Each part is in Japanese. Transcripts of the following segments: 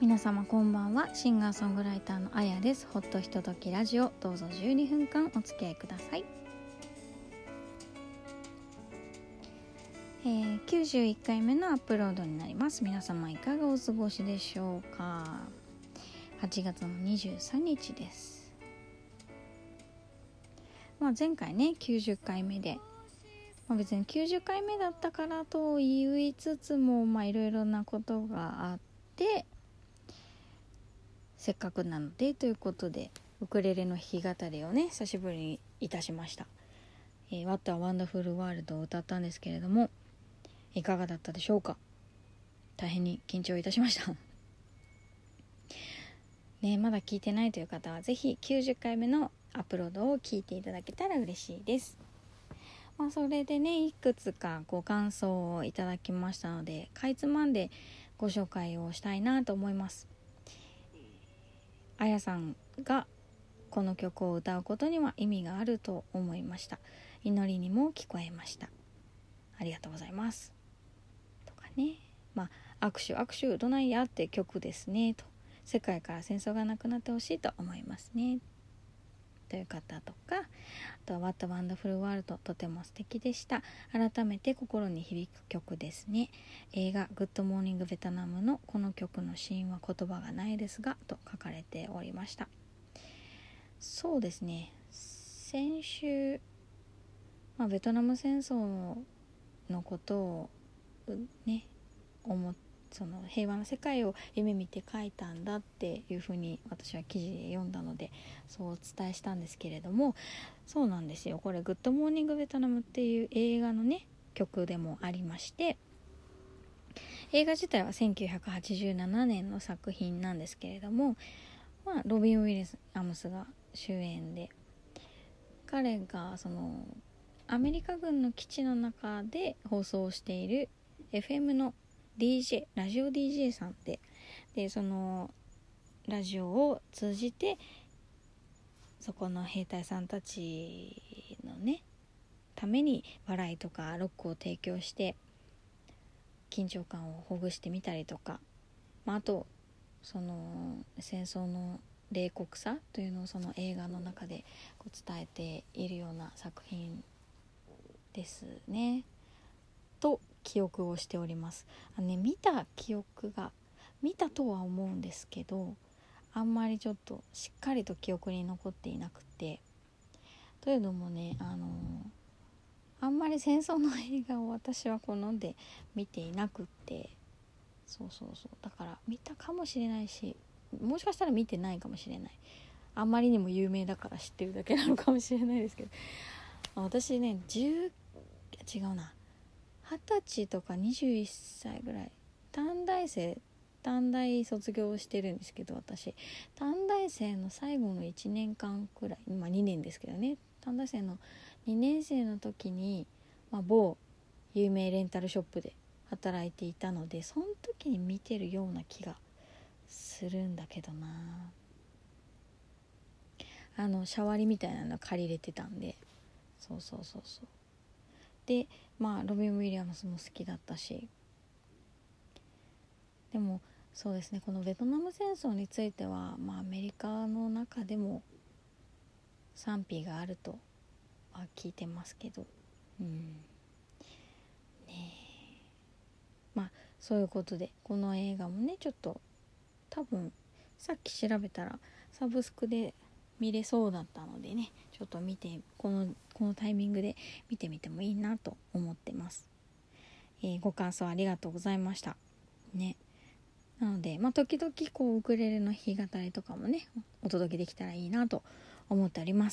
皆様こんばんは。シンガーソングライターのあやです。ほっとひとときラジオ、どうぞ12分間お付き合いください。91回目のアップロードになります。皆様いかがお過ごしでしょうか。8月の23日です。前回ね90回目で、別に90回目だったからと言いつつもいろいろなことがあって、せっかくなのでということでウクレレの弾き語りをね久しぶりにいたしました。What a Wonderful World を歌ったんですけれども、いかがだったでしょうか。大変に緊張いたしましたね。まだ聞いてないという方はぜひ90回目のアップロードを聞いていただけたら嬉しいです。それでね、いくつかご感想をいただきましたので、かいつまんでご紹介をしたいなと思います。あやさんがこの曲を歌うことには意味があると思いました。祈りにも聞こえました。ありがとうございますとかね。握手どないやって曲ですねと、世界から戦争がなくなってほしいと思いますねという方とか、あとは What a Wonderful World とても素敵でした。改めて心に響く曲ですね。映画グッドモーニングベトナムのこの曲のシーンは言葉がないですがと書かれておりました。そうですね、先週、ベトナム戦争のことをねその平和な世界を夢見て書いたんだっていうふうに私は記事で読んだので、そうお伝えしたんですけれども、そうなんですよ。これグッドモーニングベトナムっていう映画のね曲でもありまして、映画自体は1987年の作品なんですけれども、ロビン・ウィリアムスが主演で、彼がそのアメリカ軍の基地の中で放送している FM のDJ、ラジオ DJ さんで、そのラジオを通じてそこの兵隊さんたちのねために笑いとかロックを提供して緊張感をほぐしてみたりとか、あとその戦争の冷酷さというのをその映画の中で伝えているような作品ですねと記憶をしております。見たとは思うんですけど、あんまりちょっとしっかりと記憶に残っていなくて、というのもね、あんまり戦争の映画を私は好んで見ていなくって、そうだから見たかもしれないし、もしかしたら見てないかもしれない。あんまりにも有名だから知ってるだけなのかもしれないですけど、私ね20歳とか21歳ぐらい、短大卒業してるんですけど、私短大生の最後の1年間くらい、2年ですけどね、短大生の2年生の時に、某有名レンタルショップで働いていたので、その時に見てるような気がするんだけどな。シャワリみたいなの借りれてたんで、そうで、ロビン・ウィリアムスも好きだったし、でもそうですね、このベトナム戦争については、アメリカの中でも賛否があるとは聞いてますけど、そういうことで、この映画もねちょっと多分さっき調べたらサブスクで見れそうだったのでね、ちょっと見て、このタイミングで見てみてもいいなと思ってます。ご感想ありがとうございましたね。なので時々ウクレレの弾き語りとかもねお届けできたらいいなと思っております。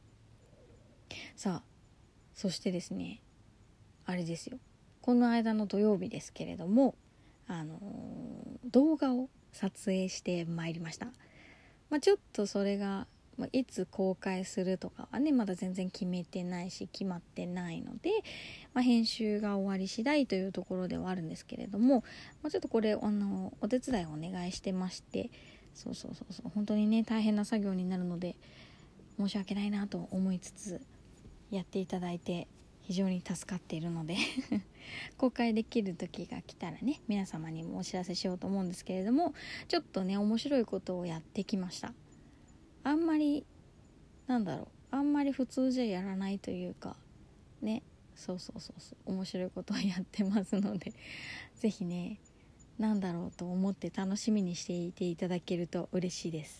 さあ、そしてですね、あれですよ、この間の土曜日ですけれども、動画を撮影してまいりました。ちょっとそれが、いつ公開するとかはねまだ全然決めてないし決まってないので、編集が終わり次第というところではあるんですけれども、ちょっとこれお手伝いをお願いしてまして、そう本当にね大変な作業になるので申し訳ないなと思いつつやっていただいて非常に助かっているので公開できる時が来たらね、皆様にもお知らせしようと思うんですけれども、ちょっとね面白いことをやってきました。あんまり普通じゃやらないというかね、そう面白いことをやってますのでぜひね、なんだろうと思って楽しみにしていていただけると嬉しいです。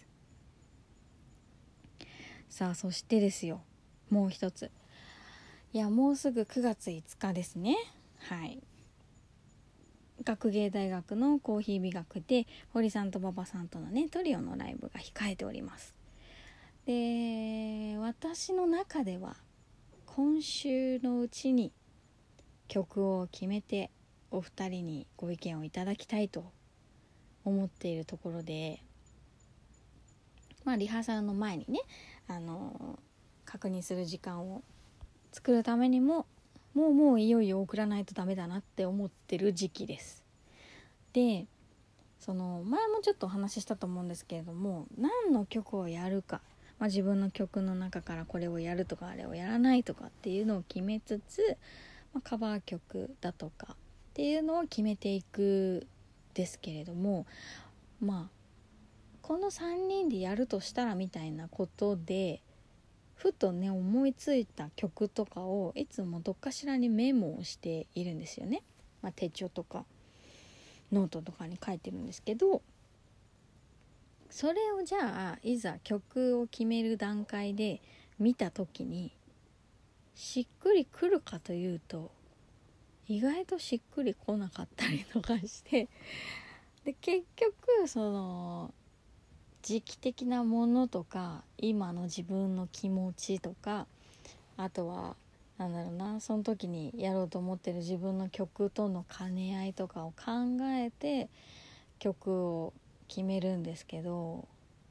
さあ、そしてですよ、もう一つ、もうすぐ9月5日ですね。はい、学芸大学のコーヒー美学で堀さんと馬場さんとのねトリオのライブが控えております。で、私の中では今週のうちに曲を決めてお二人にご意見をいただきたいと思っているところで、リハーサルの前にね、確認する時間を作るためにももういよいよ送らないとダメだなって思ってる時期です。で、前もちょっとお話ししたと思うんですけれども、何の曲をやるか、自分の曲の中からこれをやるとかあれをやらないとかっていうのを決めつつ、カバー曲だとかっていうのを決めていくですけれども、この3人でやるとしたらみたいなことでふとね思いついた曲とかをいつもどっかしらにメモをしているんですよね。手帳とかノートとかに書いてるんですけど、それをじゃあいざ曲を決める段階で見た時にしっくりくるかというと、意外としっくりこなかったりとかしてで、結局時期的なものとか今の自分の気持ちとか、あとはその時にやろうと思ってる自分の曲との兼ね合いとかを考えて曲を決めるんですけど、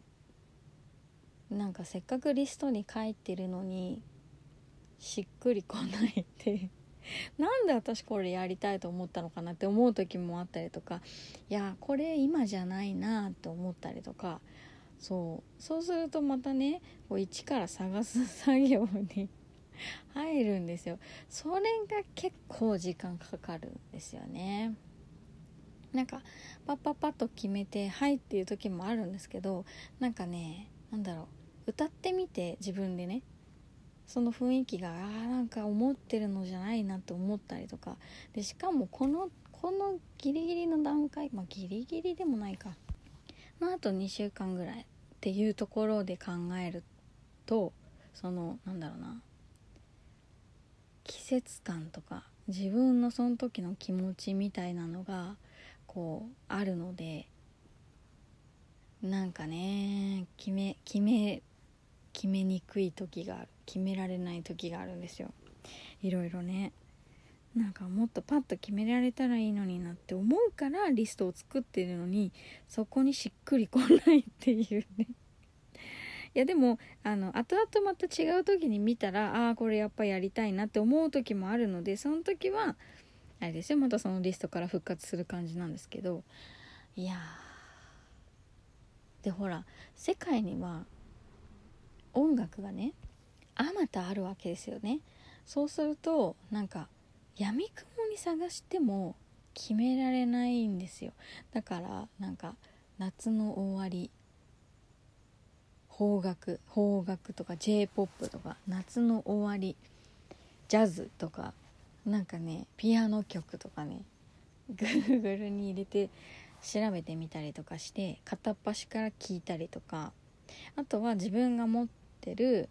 せっかくリストに書いてるのにしっくりこないってなんで私これやりたいと思ったのかなって思う時もあったりとか、これ今じゃないなって思ったりとか、そうするとまたね一から探す作業に入るんですよ。それが結構時間かかるんですよね。パッと決めてはいっていう時もあるんですけど、歌ってみて自分でね、その雰囲気が思ってるのじゃないなと思ったりとかで、しかもこのギリギリの段階、ギリギリでもないか、あと2週間ぐらいっていうところで考えると、季節感とか自分のその時の気持ちみたいなのがあるので、決めにくい時がある、決められない時があるんですよ。いろいろね、もっとパッと決められたらいいのになって思うからリストを作ってるのに、そこにしっくりこないっていうねでも後々また違う時に見たらこれやっぱやりたいなって思う時もあるので、その時はあれですよ、またそのリストから復活する感じなんですけど、でほら世界には音楽がねあまたあるわけですよね。そうすると闇雲に探しても決められないんですよ。だから夏の終わり、邦楽とか J-POP とか夏の終わり、ジャズとかピアノ曲とかね Google に入れて調べてみたりとかして片っ端から聞いたりとか、あとは自分の持ってる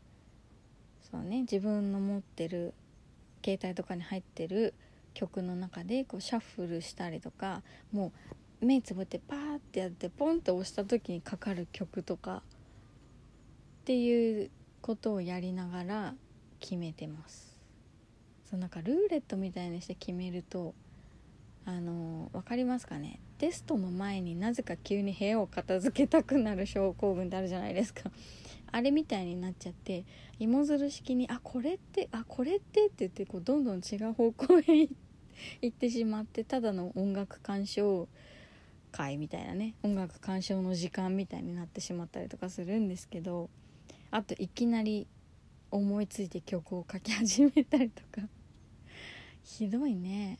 携帯とかに入ってる曲の中でシャッフルしたりとか、もう目つぶってパーってやってポンって押した時にかかる曲とかっていうことをやりながら決めてます。ルーレットみたいにして決めるとわかりますかね。テストの前になぜか急に部屋を片付けたくなる症候群ってあるじゃないですか。あれみたいになっちゃって芋づる式にこれってって言ってどんどん違う方向へ行ってしまって、ただの音楽鑑賞会みたいなね、音楽鑑賞の時間みたいになってしまったりとかするんですけど、あといきなり思いついて曲を書き始めたりとかひどいね。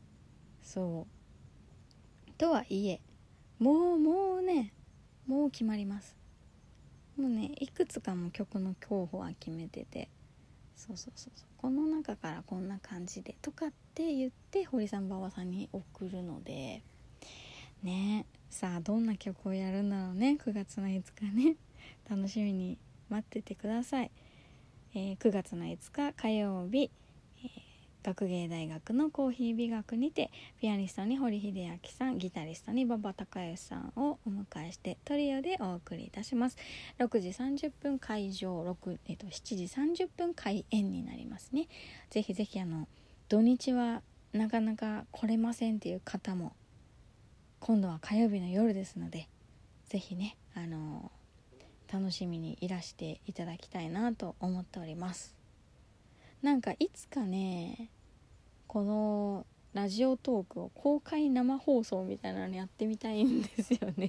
そうとはいえもうね、もう決まります。もうね、いくつかも曲の候補は決めてて、そうこの中からこんな感じでとかって言って堀さん馬場さんに送るのでね。さあどんな曲をやるんだろうね、9月の5日ね。楽しみに待っててください。9月の5日火曜日、学芸大学のコーヒー美学にてピアニストに堀秀明さん、ギタリストに馬場孝義さんをお迎えしてトリオでお送りいたします。6時30分会場、7時30分開演になりますね。ぜひぜひ土日はなかなか来れませんっていう方も今度は火曜日の夜ですので、ぜひね楽しみにいらしていただきたいなと思っております。なんかいつかね、このラジオトークを公開生放送みたいなのやってみたいんですよね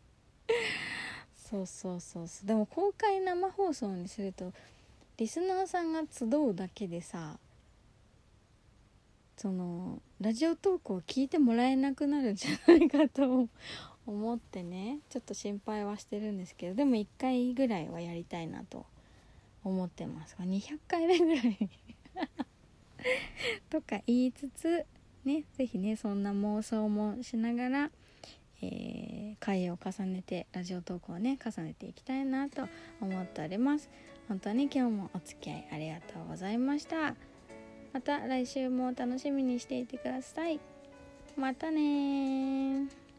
そうでも公開生放送にするとリスナーさんが集うだけでさ、そのラジオトークを聞いてもらえなくなるんじゃないかと思ってね、ちょっと心配はしてるんですけど、でも1回ぐらいはやりたいなと思ってますが、200回目ぐらいとか言いつつね、ぜひねそんな妄想もしながら、回を重ねてラジオトークをね重ねていきたいなと思っております。本当に今日もお付き合いありがとうございました。また来週も楽しみにしていてください。またね。